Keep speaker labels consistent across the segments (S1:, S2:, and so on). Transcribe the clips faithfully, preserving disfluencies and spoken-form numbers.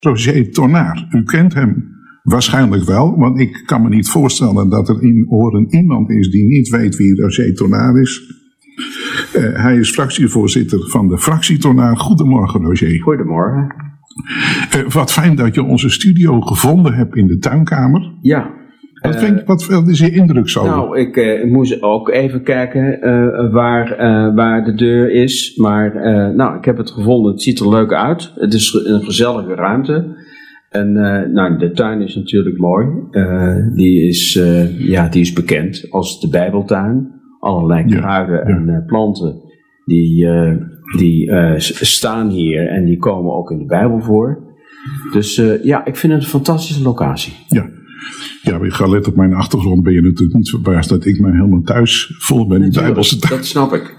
S1: Roger Tornaar. U kent hem waarschijnlijk wel, want ik kan me niet voorstellen dat er in Oren iemand is die niet weet wie Roger Tornaar is. Uh, hij is fractievoorzitter van de fractie Tornaar. Goedemorgen, Roger.
S2: Goedemorgen.
S1: Uh, wat fijn dat je onze studio gevonden hebt in de tuinkamer.
S2: Ja.
S1: Wat, vind je, wat, wat is je indruk zo?
S2: Nou, ik, uh, ik moest ook even kijken uh, waar, uh, waar de deur is. Maar uh, nou, ik heb het gevonden. Het ziet er leuk uit. Het is een gezellige ruimte. En uh, nou, de tuin is natuurlijk mooi. Uh, die, is, uh, ja, die is bekend als de Bijbeltuin. Allerlei kruiden ja, ja. en uh, planten die, uh, die uh, staan hier en die komen ook in de Bijbel voor. Dus uh, ja, ik vind het een fantastische locatie.
S1: Ja. Ja, gelet op mijn achtergrond ben je natuurlijk niet verbaasd dat ik mij helemaal thuis voel bij die Bijbelse tuin.
S2: Dat snap ik.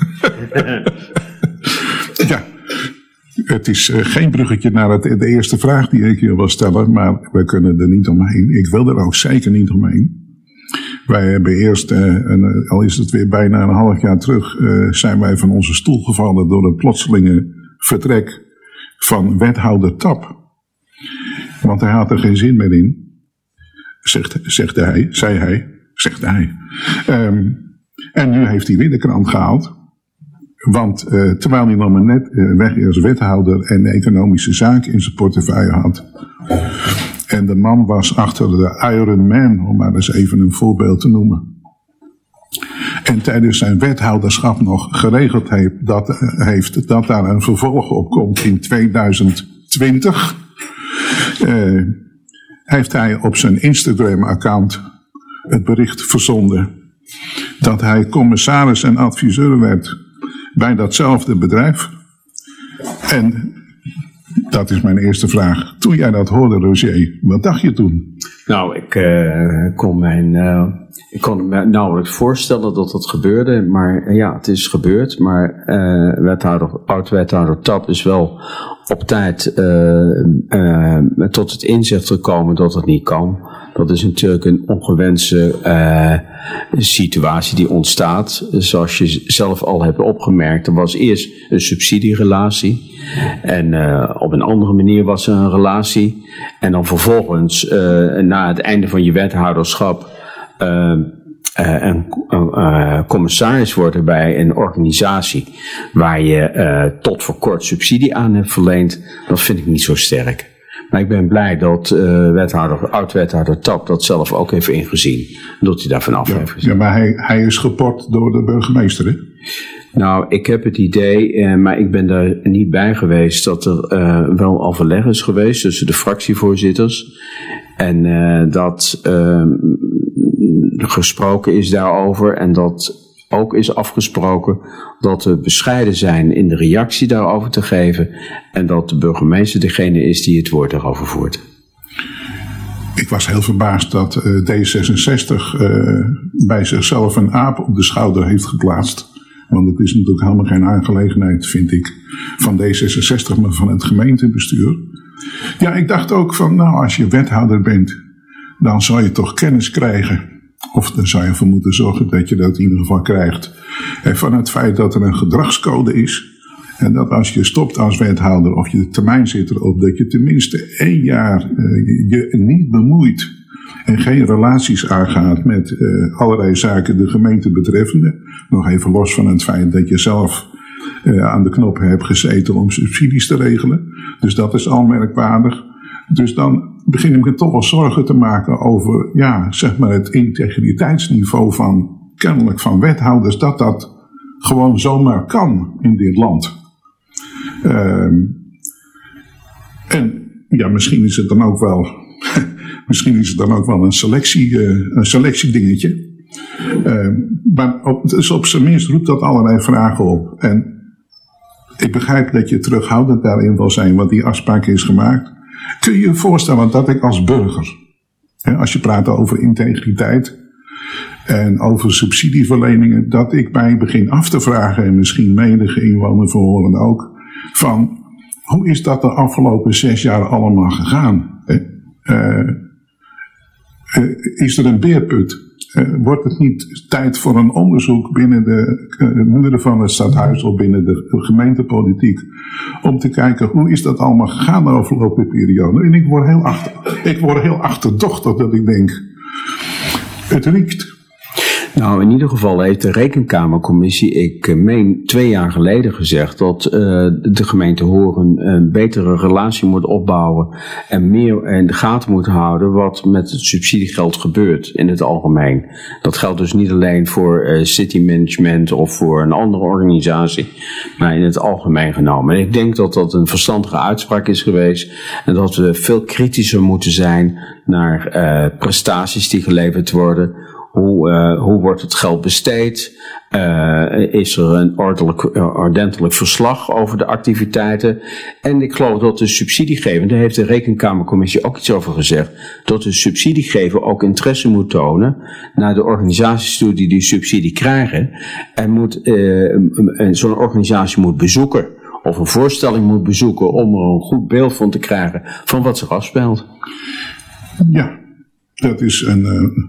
S1: Ja, het is uh, geen bruggetje naar het, de eerste vraag die ik je wil stellen, maar we kunnen er niet omheen. Ik wil er ook zeker niet omheen. Wij hebben eerst, uh, een, al is het weer bijna een half jaar terug, uh, zijn wij van onze stoel gevallen door het plotselinge vertrek van wethouder Tap. Want hij had er geen zin meer in. Zegt, zegt hij, zei hij, zegt hij. Um, en nu heeft hij weer de krant gehaald. Want uh, terwijl hij nog maar net uh, weg is als wethouder en economische zaken in zijn portefeuille had. En de man was achter de Iron Man, om maar eens even een voorbeeld te noemen. En tijdens zijn wethouderschap nog geregeld heeft dat, uh, heeft dat daar een vervolg op komt in tweeduizend twintig. Uh, heeft hij op zijn Instagram-account het bericht verzonden dat hij commissaris en adviseur werd bij datzelfde bedrijf. En dat is mijn eerste vraag. Toen jij dat hoorde, Roger, wat dacht je toen?
S2: Nou, ik, uh, kon, mijn, uh, ik kon me nauwelijks voorstellen dat dat gebeurde. Maar uh, ja, het is gebeurd. Maar uh, wethouder, oud-wethouder Tap is wel op tijd uh, uh, tot het inzicht gekomen dat het niet kan. Dat is natuurlijk een ongewenste uh, situatie die ontstaat. Zoals je zelf al hebt opgemerkt, er was eerst een subsidierelatie. En uh, op een andere manier was er een relatie. En dan vervolgens, uh, na het einde van je wethouderschap, uh, uh, een uh, commissaris worden bij een organisatie waar je uh, tot voor kort subsidie aan hebt verleend. Dat vind ik niet zo sterk. Maar ik ben blij dat uh, wethouder, oud-wethouder Tap dat zelf ook heeft ingezien. Dat hij daar vanaf
S1: ja,
S2: heeft gezien.
S1: Ja, maar hij, hij is geport door de burgemeester, hè?
S2: Nou, ik heb het idee, uh, maar ik ben daar niet bij geweest, dat er uh, wel overleg is geweest tussen de fractievoorzitters. En uh, dat uh, gesproken is daarover en dat ook is afgesproken dat we bescheiden zijn in de reactie daarover te geven en dat de burgemeester degene is die het woord daarover voert.
S1: Ik was heel verbaasd dat uh, D zesenzestig uh, bij zichzelf een aap op de schouder heeft geplaatst. Want het is natuurlijk helemaal geen aangelegenheid, vind ik, van D zesenzestig, maar van het gemeentebestuur. Ja, ik dacht ook van, nou, als je wethouder bent, dan zou je toch kennis krijgen. Of dan zou je ervoor moeten zorgen dat je dat in ieder geval krijgt. En van het feit dat er een gedragscode is. En dat als je stopt als wethouder of je termijn zit erop, dat je tenminste één jaar uh, je niet bemoeit. En geen relaties aangaat met uh, allerlei zaken de gemeente betreffende. Nog even los van het feit dat je zelf uh, aan de knop hebt gezeten om subsidies te regelen. Dus dat is al merkwaardig. Dus dan begin ik me toch wel zorgen te maken over, ja, zeg maar het integriteitsniveau van, kennelijk van wethouders, dat dat gewoon zomaar kan in dit land. Uh, en ja, misschien is het dan ook wel, misschien is het dan ook wel een selectie, uh, een selectiedingetje. Uh, maar op, dus op zijn minst roept dat allerlei vragen op. En ik begrijp dat je terughoudend daarin wil zijn, want die afspraak is gemaakt. Kun je je voorstellen dat ik als burger, hè, als je praat over integriteit en over subsidieverleningen, dat ik mij begin af te vragen, en misschien menige inwoner verhoren ook, van hoe is dat de afgelopen zes jaar allemaal gegaan? Hè? Uh, Uh, is er een beerput? Uh, wordt het niet tijd voor een onderzoek binnen de uh, muren van het stadhuis of binnen de gemeentepolitiek om te kijken hoe is dat allemaal gegaan de afgelopen periode? En ik word heel, achter, ik word heel achterdochtig dat ik denk, het riekt.
S2: Nou, in ieder geval heeft de Rekenkamercommissie, ik meen twee jaar geleden gezegd dat uh, de gemeente Horen een betere relatie moet opbouwen en meer in de gaten moet houden wat met het subsidiegeld gebeurt in het algemeen. Dat geldt dus niet alleen voor uh, city management of voor een andere organisatie, maar in het algemeen genomen. En ik denk dat dat een verstandige uitspraak is geweest en dat we veel kritischer moeten zijn naar uh, prestaties die geleverd worden. Hoe, uh, hoe wordt het geld besteed? Uh, is er een ordelijk, uh, ordentelijk verslag over de activiteiten? En ik geloof dat de subsidiegever, daar heeft de Rekenkamercommissie ook iets over gezegd, dat de subsidiegever ook interesse moet tonen naar de organisaties toe die die subsidie krijgen. En moet, uh, zo'n organisatie moet bezoeken of een voorstelling moet bezoeken om er een goed beeld van te krijgen van wat zich afspeelt.
S1: Ja. Dat is een,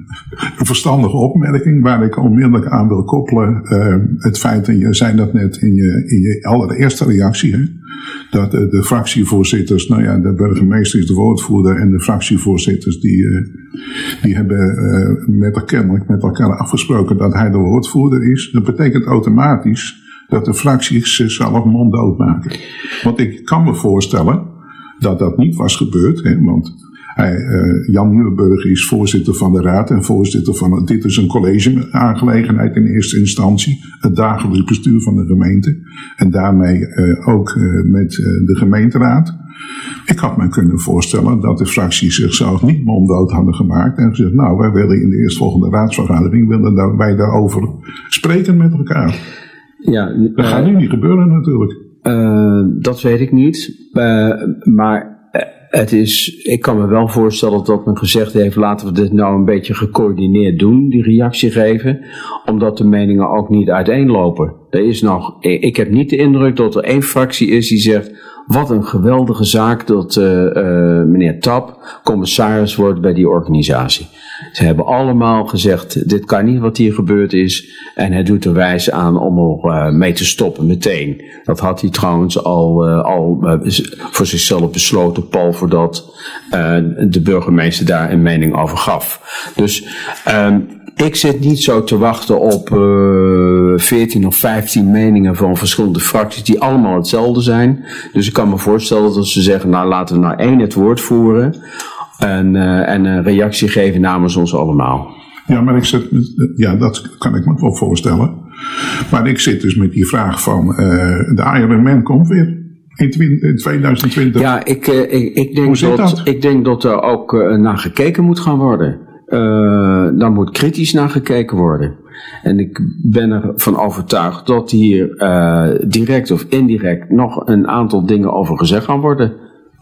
S1: een verstandige opmerking waar ik onmiddellijk aan wil koppelen. Uh, het feit, en je zei dat net in je, in je allereerste reactie, hè, dat de, de fractievoorzitters, nou ja, de burgemeester is de woordvoerder en de fractievoorzitters die, uh, die hebben uh, met, kennelijk met elkaar afgesproken dat hij de woordvoerder is. Dat betekent automatisch dat de fracties zichzelf monddood maken. Want ik kan me voorstellen dat dat niet was gebeurd, hè, want Hij, uh, Jan Nieuwenburg is voorzitter van de raad en voorzitter van, dit is een college-aangelegenheid in eerste instantie, het dagelijks bestuur van de gemeente en daarmee uh, ook uh, met uh, de gemeenteraad. Ik had me kunnen voorstellen dat de fracties zichzelf niet monddood hadden gemaakt en gezegd, nou, wij willen in de eerstvolgende raadsvergadering, willen wij daarover spreken met elkaar.
S2: Ja, uh,
S1: dat gaat nu niet gebeuren natuurlijk.
S2: Uh, dat weet ik niet, uh, maar het is, ik kan me wel voorstellen dat men gezegd heeft, laten we dit nou een beetje gecoördineerd doen, die reactie geven, omdat de meningen ook niet uiteenlopen. Er is nog, ik heb niet de indruk dat er één fractie is die zegt, wat een geweldige zaak dat uh, uh, meneer Tap commissaris wordt bij die organisatie. Ze hebben allemaal gezegd, dit kan niet wat hier gebeurd is. En hij doet er wijs aan om er uh, mee te stoppen meteen. Dat had hij trouwens al, uh, al uh, voor zichzelf besloten, Paul, voordat uh, de burgemeester daar een mening over gaf. Dus um, ik zit niet zo te wachten op uh, veertien of vijftien meningen van verschillende fracties die allemaal hetzelfde zijn. Dus ik kan me voorstellen dat ze zeggen, nou laten we nou één het woord voeren en, uh, en een reactie geven namens ons allemaal.
S1: Ja, maar ik zit, ja, dat kan ik me wel voorstellen. Maar ik zit dus met die vraag van, uh, de Ironman komt weer. In twintig twintig.
S2: Ja, ik, uh, ik, ik, denk dat, dat? ik denk dat er ook uh, naar gekeken moet gaan worden. Uh, daar moet kritisch naar gekeken worden. En ik ben ervan overtuigd dat hier uh, direct of indirect nog een aantal dingen over gezegd gaan worden.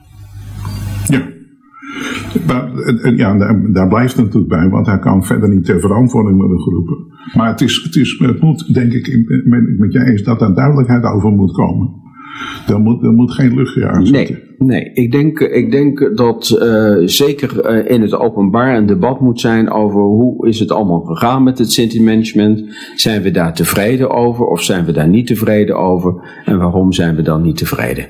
S1: Ja. Maar, ja, daar, daar blijft het natuurlijk bij, want hij kan verder niet ter verantwoording worden geroepen. Maar het, is, het, is, het moet, denk ik, met, met jij eens dat daar duidelijkheid over moet komen. Er moet, er moet geen luchtje aan zitten.
S2: Nee, nee. Ik, denk, ik denk dat uh, zeker uh, in het openbaar een debat moet zijn over hoe is het allemaal gegaan met het city management. Zijn we daar tevreden over of zijn we daar niet tevreden over? En waarom zijn we dan niet tevreden?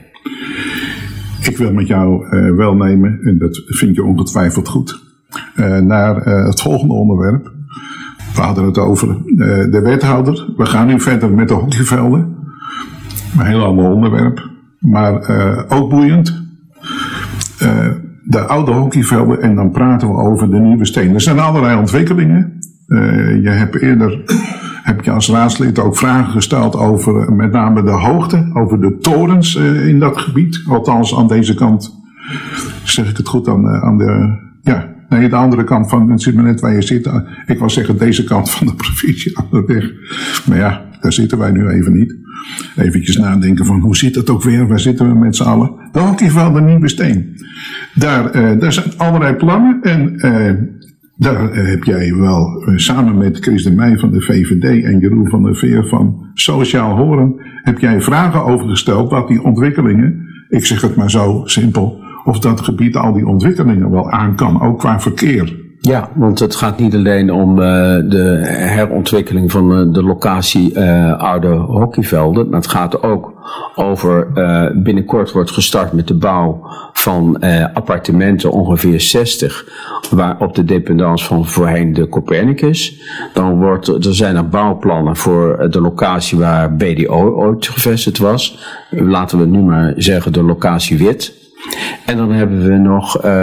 S1: Ik wil met jou uh, wel nemen, en dat vind je ongetwijfeld goed, uh, naar uh, het volgende onderwerp. We hadden het over uh, de wethouder. We gaan nu verder met de hockeyvelden. Een heel ander onderwerp, maar uh, ook boeiend. Uh, de oude hockeyvelden en dan praten we over de nieuwe stenen. Er zijn allerlei ontwikkelingen. Uh, je hebt eerder, heb je als raadslid ook vragen gesteld over met name de hoogte, over de torens uh, in dat gebied. Althans aan deze kant, zeg ik het goed, aan, uh, aan de, ja, nee, de andere kant van het net waar je zit. Ik wou zeggen deze kant van de provincie aan de weg. Maar ja, daar zitten wij nu even niet. Eventjes nadenken van hoe zit het ook weer? Waar zitten we met z'n allen? De hockeyvelden Nieuwe Steen. Daar, uh, daar zijn allerlei plannen. En uh, daar uh, heb jij wel uh, samen met Chris de Meij van de V V D en Jeroen van der Veer van Sociaal Horen, heb jij vragen over gesteld wat die ontwikkelingen, ik zeg het maar zo simpel, of dat gebied al die ontwikkelingen wel aan kan, ook qua verkeer.
S2: Ja, want het gaat niet alleen om uh, de herontwikkeling van uh, de locatie uh, oude hockeyvelden, maar het gaat ook over, uh, binnenkort wordt gestart met de bouw van uh, appartementen, ongeveer zestig, waar op de dependance van voorheen de Copernicus. Dan wordt, er zijn er bouwplannen voor de locatie waar B D O ooit gevestigd was. Laten we nu maar zeggen de locatie Wit. En dan hebben we nog uh,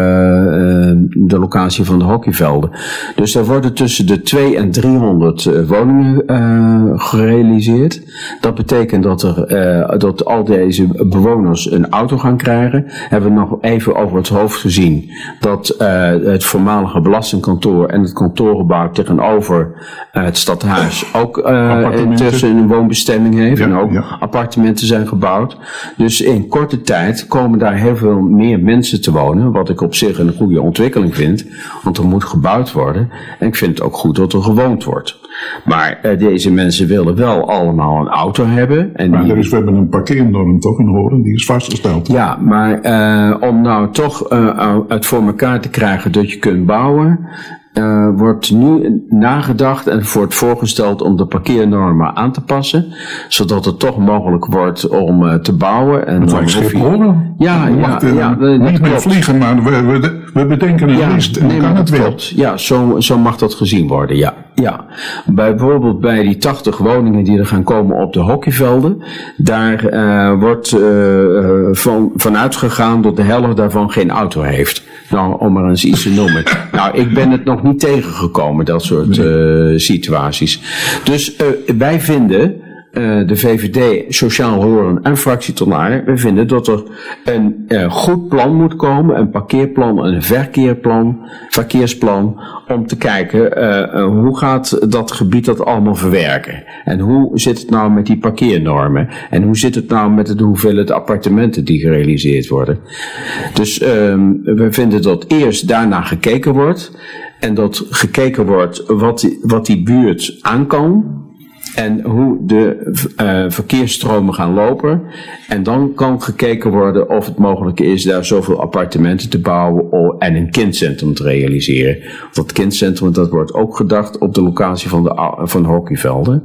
S2: de locatie van de hockeyvelden. Dus daar worden tussen de tweehonderd en driehonderd uh, woningen uh, gerealiseerd. Dat betekent dat, er, uh, dat al deze bewoners een auto gaan krijgen. Hebben we nog even over het hoofd gezien dat uh, het voormalige belastingkantoor en het kantoorgebouw tegenover uh, het stadhuis ook uh, intussen een woonbestemming heeft. Ja, en ook ja. appartementen zijn gebouwd. Dus in korte tijd komen daar heel veel meer mensen te wonen, wat ik op zich een goede ontwikkeling vind, want er moet gebouwd worden en ik vind het ook goed dat er gewoond wordt. Maar uh, deze mensen willen wel allemaal een auto hebben. En
S1: maar
S2: die...
S1: er is, we hebben een parkeernorm toch in Hoorn, die is vastgesteld.
S2: Ja, maar uh, om nou toch uh, het voor elkaar te krijgen dat je kunt bouwen, Uh, wordt nu nagedacht en wordt voorgesteld om de parkeernormen aan te passen, zodat het toch mogelijk wordt om uh, te bouwen. En
S1: dat lijkt Schiphol.
S2: Ja, ja,
S1: wacht, uh,
S2: ja.
S1: Uh, niet meer vliegen, maar we, we, we bedenken een
S2: ja,
S1: list en
S2: nee,
S1: kan het weer.
S2: Klopt. Ja, zo, zo mag dat gezien worden, ja. Ja, bijvoorbeeld bij die tachtig woningen die er gaan komen op de hockeyvelden, daar uh, wordt uh, van, vanuit gegaan dat de helft daarvan geen auto heeft. Nou, om maar eens iets te noemen. Nou, ik ben het nog niet tegengekomen, dat soort uh, situaties. Dus uh, wij vinden, Uh, de V V D, Sociaal Horen en Fractie Ton Aar, we vinden dat er een uh, goed plan moet komen, een parkeerplan, een verkeerplan, verkeersplan, om te kijken uh, uh, hoe gaat dat gebied dat allemaal verwerken. En hoe zit het nou met die parkeernormen? En hoe zit het nou met de hoeveelheid appartementen die gerealiseerd worden? Dus um, we vinden dat eerst daarna gekeken wordt en dat gekeken wordt wat die, wat die buurt aan kan. En hoe de uh, verkeersstromen gaan lopen. En dan kan gekeken worden of het mogelijk is daar zoveel appartementen te bouwen en een kindcentrum te realiseren. Dat kindcentrum dat wordt ook gedacht op de locatie van de, van de hockeyvelden.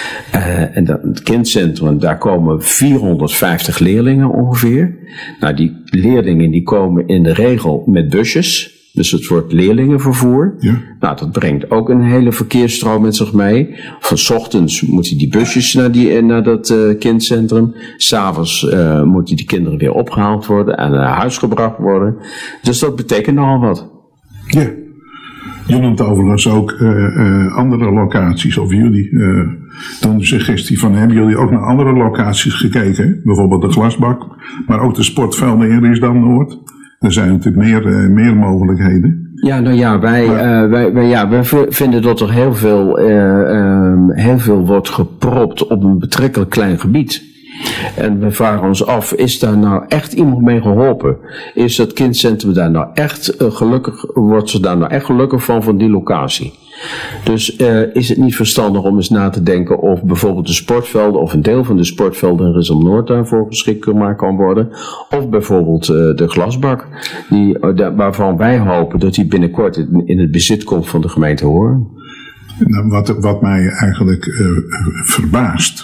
S2: Uh, en dat het kindcentrum, daar komen vierhonderdvijftig leerlingen ongeveer. Nou, die leerlingen die komen in de regel met busjes. Dus het wordt leerlingenvervoer. Ja. Nou, dat brengt ook een hele verkeersstroom met zich mee. Van 's ochtends moeten die busjes naar, die, naar dat uh, kindcentrum. 's Avonds uh, moeten die kinderen weer opgehaald worden en naar huis gebracht worden. Dus dat betekent nogal wat.
S1: Ja. Je noemt overigens ook uh, uh, andere locaties, of jullie uh, doen de suggestie van, hebben jullie ook naar andere locaties gekeken? Bijvoorbeeld de glasbak, maar ook de sportvelden in Riesdam-Noord. Er zijn natuurlijk meer, uh, meer mogelijkheden.
S2: Ja, nou ja, wij, maar, uh, wij, wij, ja, wij vinden dat er heel veel, uh, um, heel veel wordt gepropt op een betrekkelijk klein gebied. En we vragen ons af, is daar nou echt iemand mee geholpen? Is dat kindcentrum daar nou echt uh, gelukkig, wordt ze daar nou echt gelukkig van, van die locatie? Dus uh, is het niet verstandig om eens na te denken of bijvoorbeeld de sportvelden of een deel van de sportvelden in Riesdam-Noord daarvoor geschikt gemaakt kan worden. Of bijvoorbeeld uh, de glasbak, die, uh, de, waarvan wij hopen dat die binnenkort in, in het bezit komt van de gemeente Hoorn.
S1: Nou, wat, wat mij eigenlijk uh, verbaast,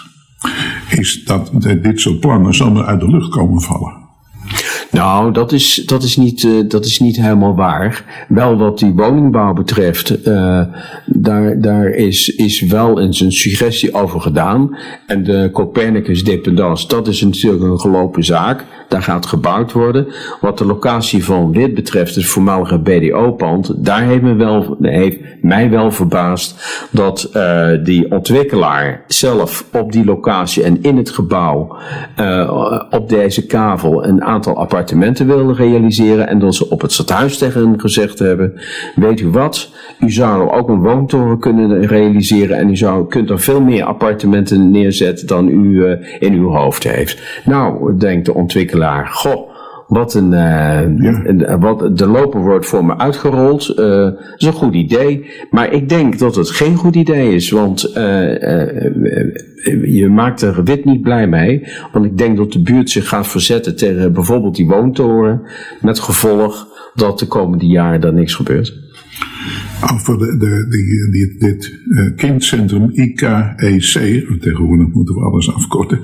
S1: is dat dit soort plannen zomaar uit de lucht komen vallen.
S2: Nou, dat is, dat is niet, uh, dat is niet helemaal waar. Wel wat die woningbouw betreft, uh, daar, daar is, is wel eens een suggestie over gedaan. En de Copernicus dependance, dat is natuurlijk een gelopen zaak. Daar gaat gebouwd worden. Wat de locatie van Wit betreft, het voormalige B D O-pand, daar heeft, me wel, heeft mij wel verbaasd dat uh, die ontwikkelaar zelf op die locatie en in het gebouw uh, op deze kavel een aantal appartementen wilde realiseren en dat ze op het stadhuis tegen hem gezegd hebben, weet u wat, u zou ook een woontoren kunnen realiseren en u zou, kunt er veel meer appartementen neerzetten dan u uh, in uw hoofd heeft. Nou, denkt de ontwikkelaar, goh, wat een, uh, ja. een wat, de loper wordt voor me uitgerold. Uh, dat is een goed idee. Maar ik denk dat het geen goed idee is. Want uh, uh, je maakt er Wit niet blij mee. Want ik denk dat de buurt zich gaat verzetten tegen bijvoorbeeld die woontoren. Met gevolg dat de komende jaren daar niks gebeurt.
S1: over de, de, die, die, dit uh, kindcentrum I K E C. Tegenwoordig moeten we alles afkorten.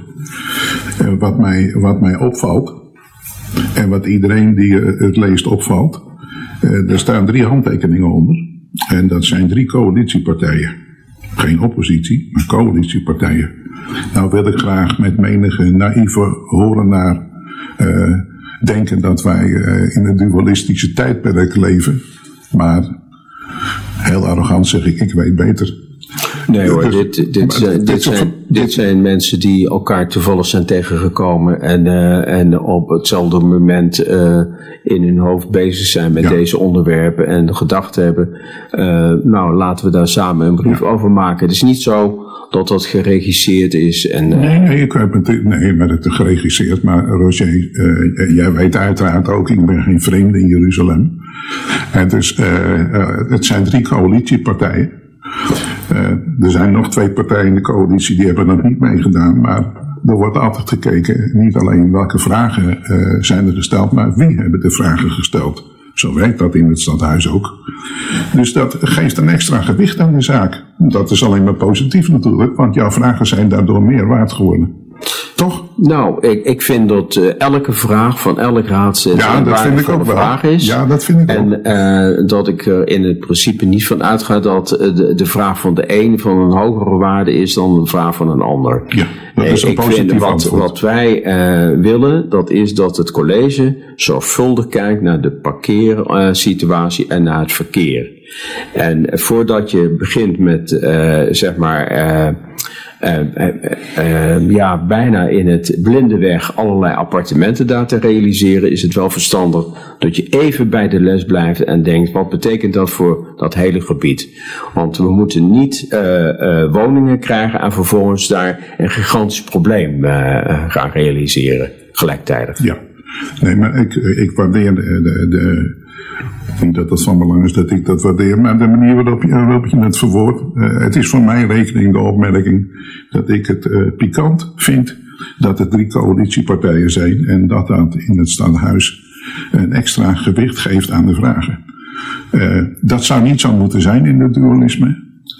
S1: Uh, wat, mij, wat mij opvalt, en wat iedereen die uh, het leest opvalt, uh, er staan drie handtekeningen onder. En dat zijn drie coalitiepartijen. Geen oppositie, maar coalitiepartijen. Nou wil ik graag met menige naïeve horenaar uh, denken dat wij uh, in een dualistische tijdperk leven. Maar heel arrogant zeg ik, ik weet beter.
S2: Nee hoor, dus, dit, dit, zijn, dit, dit, zijn, dit zijn mensen die elkaar toevallig zijn tegengekomen en, uh, en op hetzelfde moment uh, in hun hoofd bezig zijn met ja. deze onderwerpen en de gedachten hebben. Uh, nou, laten we daar samen een brief ja. over maken. Het is niet zo dat dat geregisseerd is. En, uh,
S1: nee, nee, ik heb het, nee, maar het is geregisseerd. Maar Roger, uh, jij weet uiteraard ook, ik ben geen vreemde in Jeruzalem. En dus, uh, uh, het zijn drie coalitiepartijen. Uh, er zijn nog twee partijen in de coalitie die hebben dat niet meegedaan, maar er wordt altijd gekeken, niet alleen welke vragen uh, zijn er gesteld, maar wie hebben de vragen gesteld. Zo werkt dat in het stadhuis ook. Dus dat geeft een extra gewicht aan de zaak. Dat is alleen maar positief natuurlijk, want jouw vragen zijn daardoor meer waard geworden. Toch?
S2: Nou, ik, ik vind dat uh, elke vraag van elk raadslid
S1: ja,
S2: een
S1: dat vind ik ook
S2: vraag
S1: wel.
S2: is.
S1: Ja, dat vind ik
S2: en,
S1: ook.
S2: En uh, dat ik er in het principe niet van uitga dat uh, de, de vraag van de een van een hogere waarde is dan de vraag van een ander.
S1: Ja, dat is een
S2: ik
S1: positief
S2: vind wat,
S1: antwoord.
S2: Wat wij uh, willen, dat is dat het college zorgvuldig kijkt naar de parkeersituatie uh, en naar het verkeer. En uh, voordat je begint met, uh, zeg maar... Uh, Uh, uh, uh, ja, bijna in het blinde weg allerlei appartementen daar te realiseren, is het wel verstandig dat je even bij de les blijft en denkt, wat betekent dat voor dat hele gebied? Want we moeten niet uh, uh, woningen krijgen en vervolgens daar een gigantisch probleem uh, gaan realiseren, gelijktijdig.
S1: Ja, nee, maar ik, ik waardeer de, de, de niet dat dat van belang is dat ik dat waardeer, maar de manier waarop je, waarop je het verwoordt. Uh, het is voor mijn rekening de opmerking dat ik het uh, pikant vind dat er drie coalitiepartijen zijn en dat dat in het stadhuis een extra gewicht geeft aan de vragen. Uh, dat zou niet zo moeten zijn in het dualisme,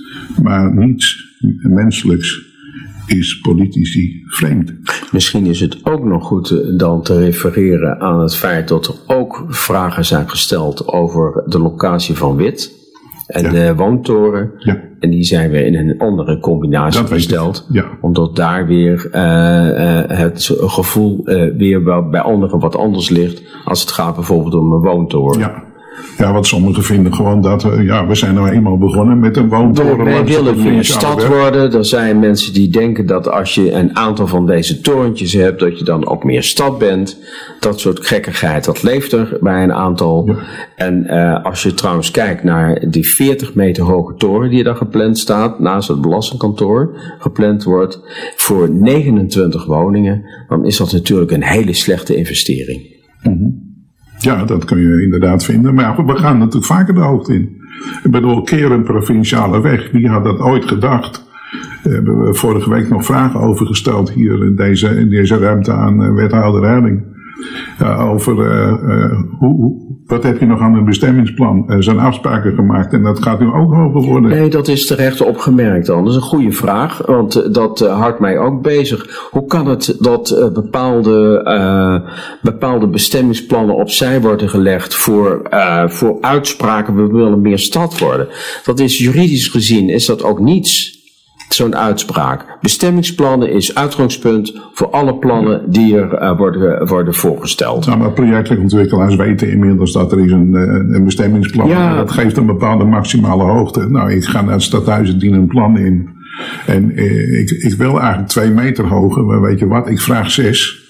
S1: maar niets menselijks is politici vreemd.
S2: Misschien is het ook nog goed dan te refereren aan het feit dat er ook vragen zijn gesteld over de locatie van Wit en ja. de woontoren. Ja. En die zijn weer in een andere combinatie gesteld. Ja. Omdat daar weer uh, uh, het gevoel uh, weer bij anderen wat anders ligt als het gaat bijvoorbeeld om een woontoren.
S1: Ja. Ja, want sommigen vinden gewoon dat, uh, ja, we zijn nou eenmaal begonnen met een woontoren.
S2: Wij willen weer een stad worden. Er zijn mensen die denken dat als je een aantal van deze torentjes hebt, dat je dan ook meer stad bent. Dat soort gekkigheid, dat leeft er bij een aantal. Ja. En uh, als je trouwens kijkt naar die veertig meter hoge toren die daar gepland staat, naast het belastingkantoor gepland wordt, voor negenentwintig woningen, dan is dat natuurlijk een hele slechte investering.
S1: Mm-hmm. Ja, dat kun je inderdaad vinden. Maar ja, we gaan natuurlijk vaker de hoogte in. Ik bedoel, Keer een provinciale weg, wie had dat ooit gedacht? Daar hebben we vorige week nog vragen over gesteld hier in deze, in deze ruimte aan uh, wethouder Herling. Uh, over uh, uh, hoe, hoe, wat heb je nog aan een bestemmingsplan? Er zijn afspraken gemaakt en dat gaat nu ook hoger worden.
S2: Nee, dat is terecht opgemerkt dan. Dat is een goede vraag, want uh, dat uh, houdt mij ook bezig. Hoe kan het dat uh, bepaalde, uh, bepaalde bestemmingsplannen opzij worden gelegd voor, uh, voor uitspraken, we willen meer stad worden? Dat is juridisch gezien, is dat ook niets. Zo'n uitspraak. Bestemmingsplannen is uitgangspunt voor alle plannen die er uh, worden, worden voorgesteld.
S1: Nou, maar projectontwikkelaars weten inmiddels dat er is een, een bestemmingsplan is. Ja. Dat geeft een bepaalde maximale hoogte. Nou, ik ga naar het stadhuis en dien een plan in. En eh, ik, ik wil eigenlijk twee meter hoger, maar weet je wat, ik vraag zes.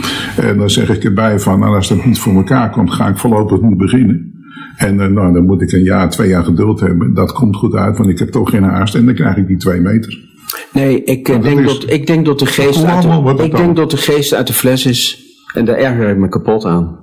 S1: En dan zeg ik erbij van, nou, als dat niet voor elkaar komt, ga ik voorlopig niet beginnen. En uh, nou, dan moet ik een jaar, twee jaar geduld hebben. Dat komt goed uit, want ik heb toch geen haast. En dan krijg ik die twee meter.
S2: Nee, ik, uh, denk, is, dat, ik, denk, dat de geest uit de, ik denk dat de geest uit de fles is. En daar erger ik me kapot aan.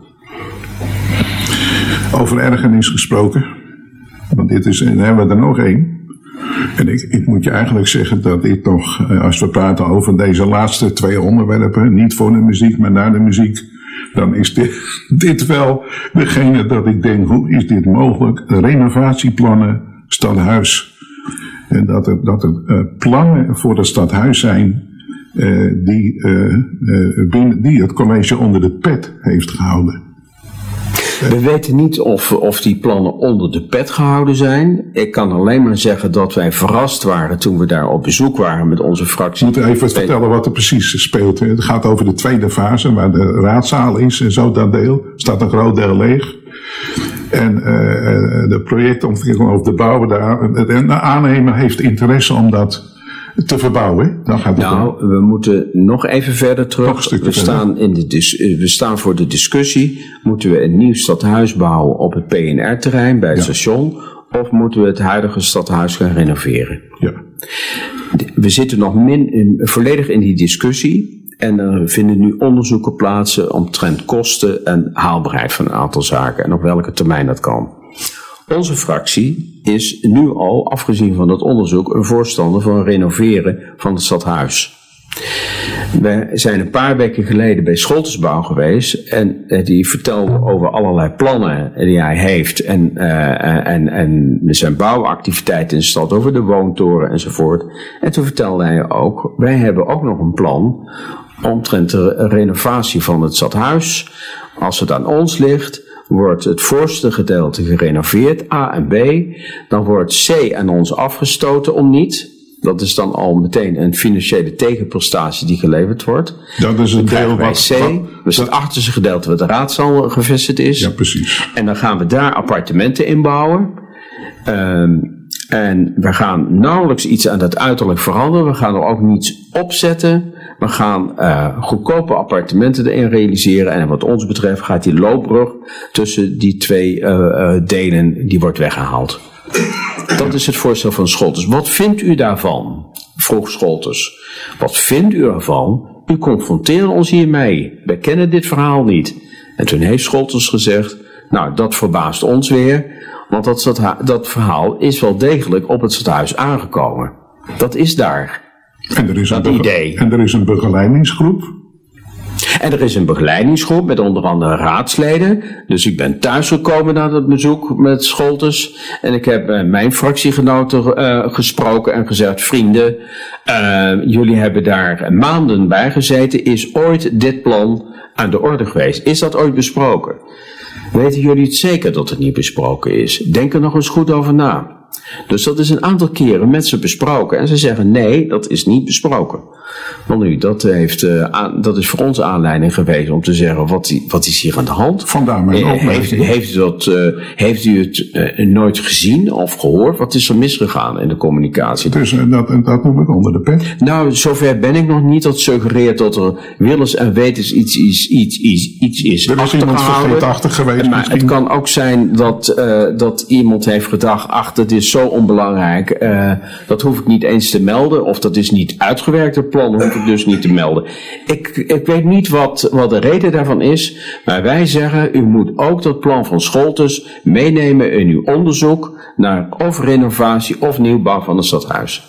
S1: Over ergernis gesproken. Want dit is, dan hebben we er nog één. En ik, ik moet je eigenlijk zeggen dat ik nog, als we praten over deze laatste twee onderwerpen, niet voor de muziek, maar naar de muziek, dan is dit, dit wel degene dat ik denk, hoe is dit mogelijk? Renovatieplannen, stadhuis. En dat er, dat er uh, plannen voor het stadhuis zijn uh, die, uh, uh, binnen, die het college onder de pet heeft gehouden.
S2: We weten niet of, of die plannen onder de pet gehouden zijn. Ik kan alleen maar zeggen dat wij verrast waren toen we daar op bezoek waren met onze fractie.
S1: Ik moet even vertellen wat er precies speelt. Het gaat over de tweede fase, waar de raadzaal is en zo, dat deel. Er staat een groot deel leeg. En uh, de projectontwikkeling of de bouwer, de, de aannemer heeft interesse om dat te verbouwen. Dan gaat het
S2: nou, om. We moeten nog even verder terug. We, verder. Staan in de dis- we staan voor de discussie. Moeten we een nieuw stadhuis bouwen op het P N R-terrein bij het ja. station? Of moeten we het huidige stadhuis gaan renoveren?
S1: Ja.
S2: We zitten nog min in, volledig in die discussie. En er vinden nu onderzoeken plaats omtrent kosten en haalbaarheid van een aantal zaken. En op welke termijn dat kan. Onze fractie is nu al, afgezien van dat onderzoek, een voorstander van renoveren van het stadhuis. We zijn een paar weken geleden bij Scholtensbouw geweest en die vertelde over allerlei plannen die hij heeft en, uh, en, en zijn bouwactiviteiten in de stad, over de woontoren enzovoort. En toen vertelde hij ook, wij hebben ook nog een plan omtrent de renovatie van het stadhuis. Als het aan ons ligt, wordt het voorste gedeelte gerenoveerd, A en B. Dan wordt C aan ons afgestoten om niet. Dat is dan al meteen een financiële tegenprestatie die geleverd wordt.
S1: Dat is een deel
S2: bij C, wat, dus het achterste gedeelte waar de raadzaal gevestigd is.
S1: Ja, precies.
S2: En dan gaan we daar appartementen in bouwen. Um, en we gaan nauwelijks iets aan dat uiterlijk veranderen. We gaan er ook niets opzetten. We gaan uh, goedkope appartementen erin realiseren. En wat ons betreft gaat die loopbrug tussen die twee uh, uh, delen, die wordt weggehaald. Dat is het voorstel van Scholtens. Wat vindt u daarvan? Vroeg Scholtens. Wat vindt u ervan? U confronteert ons hiermee. Wij kennen dit verhaal niet. En toen heeft Scholtens gezegd, nou, dat verbaast ons weer. Want dat, dat verhaal is wel degelijk op het stadhuis aangekomen. Dat is daar.
S1: En er is,
S2: dat
S1: een, bege-
S2: idee.
S1: en er is een begeleidingsgroep.
S2: En er is een begeleidingsgroep met onder andere raadsleden. Dus ik ben thuisgekomen na dat bezoek met Scholtens. En ik heb uh, mijn fractiegenoten uh, gesproken en gezegd, vrienden, uh, jullie hebben daar maanden bij gezeten. Is ooit dit plan aan de orde geweest? Is dat ooit besproken? Weten jullie het zeker dat het niet besproken is? Denk er nog eens goed over na. Dus dat is een aantal keren met ze besproken. En ze zeggen nee, dat is niet besproken. Want nu, dat, heeft, uh, aan, dat is voor ons aanleiding geweest om te zeggen, wat, wat is hier aan de hand?
S1: Vandaar mijn
S2: opmerking. Heeft, heeft, u dat, uh, heeft u het uh, nooit gezien of gehoord? Wat is er misgegaan in de communicatie?
S1: Dus uh, dat, dat noem ik onder de pet.
S2: Nou, zover ben ik nog niet. Dat suggereert dat er willens en wetens iets, iets, iets, iets, iets is
S1: er is iemand vergeetachtig geweest.
S2: Maar misschien. Het kan ook zijn dat, uh, dat iemand heeft gedacht, ach, dat is zo onbelangrijk. Uh, dat hoef ik niet eens te melden. Of dat is niet uitgewerkt, het plan hoef ik dus niet te melden. Ik, ik weet niet wat, wat de reden daarvan is. Maar wij zeggen, u moet ook dat plan van Scholtens meenemen in uw onderzoek naar of renovatie of nieuwbouw van het stadhuis.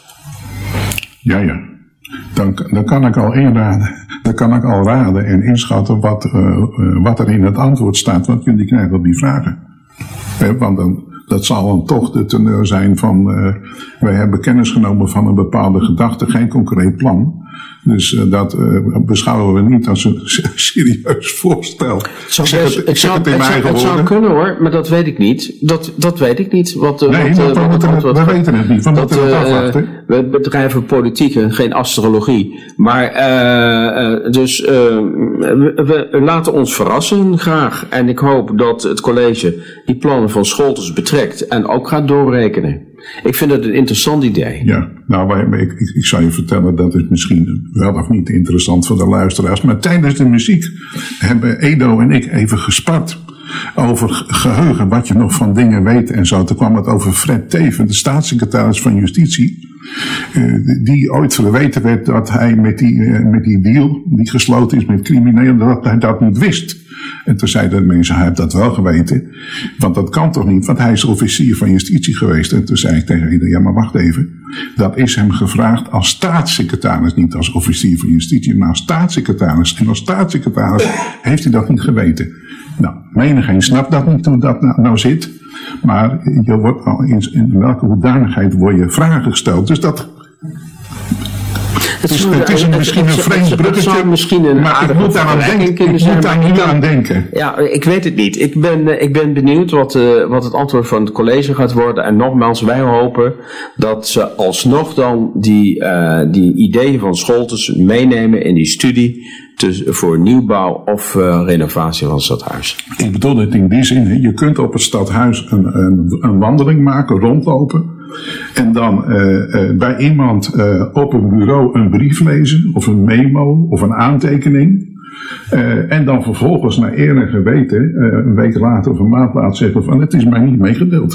S1: Ja, ja. Dan, dan kan ik al inraden. Dan kan ik al raden en inschatten wat, uh, uh, wat er in het antwoord staat. Want jullie krijgen op die vragen. He, want dan, dat zal dan toch de teneur zijn van, uh, wij hebben kennis genomen van een bepaalde gedachte, geen concreet plan. Dus uh, dat uh, beschouwen we niet als een serieus voorstel.
S2: Het zou, ik zeg het, ik zeg het, het, het, zou, het zou kunnen hoor, maar dat weet ik niet. Dat, dat weet ik niet. Wat,
S1: nee,
S2: wat,
S1: wat,
S2: wat,
S1: wat,
S2: wat,
S1: we weten het niet, want dat, we het afwachten.
S2: Uh, we bedrijven politiek en geen astrologie. Maar uh, uh, dus uh, we, we laten ons verrassen graag. En ik hoop dat het college die plannen van Scholtens betrekt en ook gaat doorrekenen. Ik vind het een interessant idee.
S1: Ja, nou, ik, ik, ik zou je vertellen, dat is misschien wel of niet interessant voor de luisteraars. Maar tijdens de muziek hebben Edo en ik even gespart over geheugen, wat je nog van dingen weet en zo. Toen kwam het over Fred Teven, de staatssecretaris van Justitie. Uh, die ooit verweten werd dat hij met die, uh, met die deal, die gesloten is met criminelen, dat hij dat niet wist. En toen zeiden de mensen, hij heeft dat wel geweten. Want dat kan toch niet, want hij is officier van justitie geweest. En toen zei ik tegen iedereen, ja maar wacht even. Dat is hem gevraagd als staatssecretaris, niet als officier van justitie, maar als staatssecretaris. En als staatssecretaris heeft hij dat niet geweten. Nou, menigeen snapt dat niet hoe dat nou, nou zit. Maar je wordt al in, in welke hoedanigheid word je vragen gesteld. Dus dat... Het is, het is een, misschien een vreemd bruggetje,
S2: misschien een
S1: maar ik moet daar aan denken. Ik moet daar niet aan denken.
S2: Ja, ik weet het niet. Ik ben, ik ben benieuwd wat, uh, wat het antwoord van het college gaat worden. En nogmaals, wij hopen dat ze alsnog dan die, uh, die ideeën van Scholtens meenemen in die studie dus voor nieuwbouw of uh, renovatie van het stadhuis.
S1: Ik bedoel het in die zin, je kunt op het stadhuis een, een, een wandeling maken, rondlopen. En dan uh, uh, bij iemand uh, op een bureau een brief lezen, of een memo, of een aantekening. Uh, en dan vervolgens naar eer en geweten, uh, een week later of een maand later zeggen van het is mij niet meegedeeld.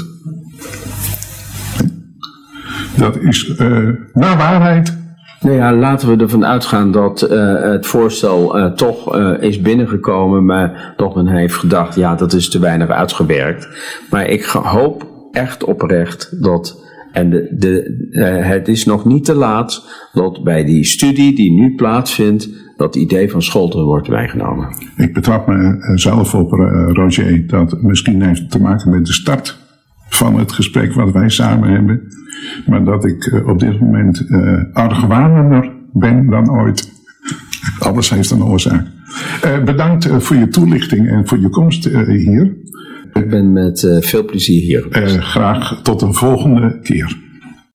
S1: Dat is uh, naar waarheid.
S2: Nou ja, laten we ervan uitgaan dat uh, het voorstel uh, toch uh, is binnengekomen, maar toch men heeft gedacht, ja, dat is te weinig uitgewerkt. Maar ik hoop echt oprecht dat, en de, de, uh, het is nog niet te laat, dat bij die studie die nu plaatsvindt, dat het idee van Scholten wordt meegenomen.
S1: Ik betrap mezelf op, uh, Roger, dat het misschien heeft te maken met de start van het gesprek wat wij samen hebben. Maar dat ik uh, op dit moment uh, argwanender ben dan ooit. Alles heeft een oorzaak. Uh, bedankt uh, voor je toelichting en voor je komst uh, hier.
S2: Ik ben met uh, veel plezier hier.
S1: Uh, graag tot een volgende keer.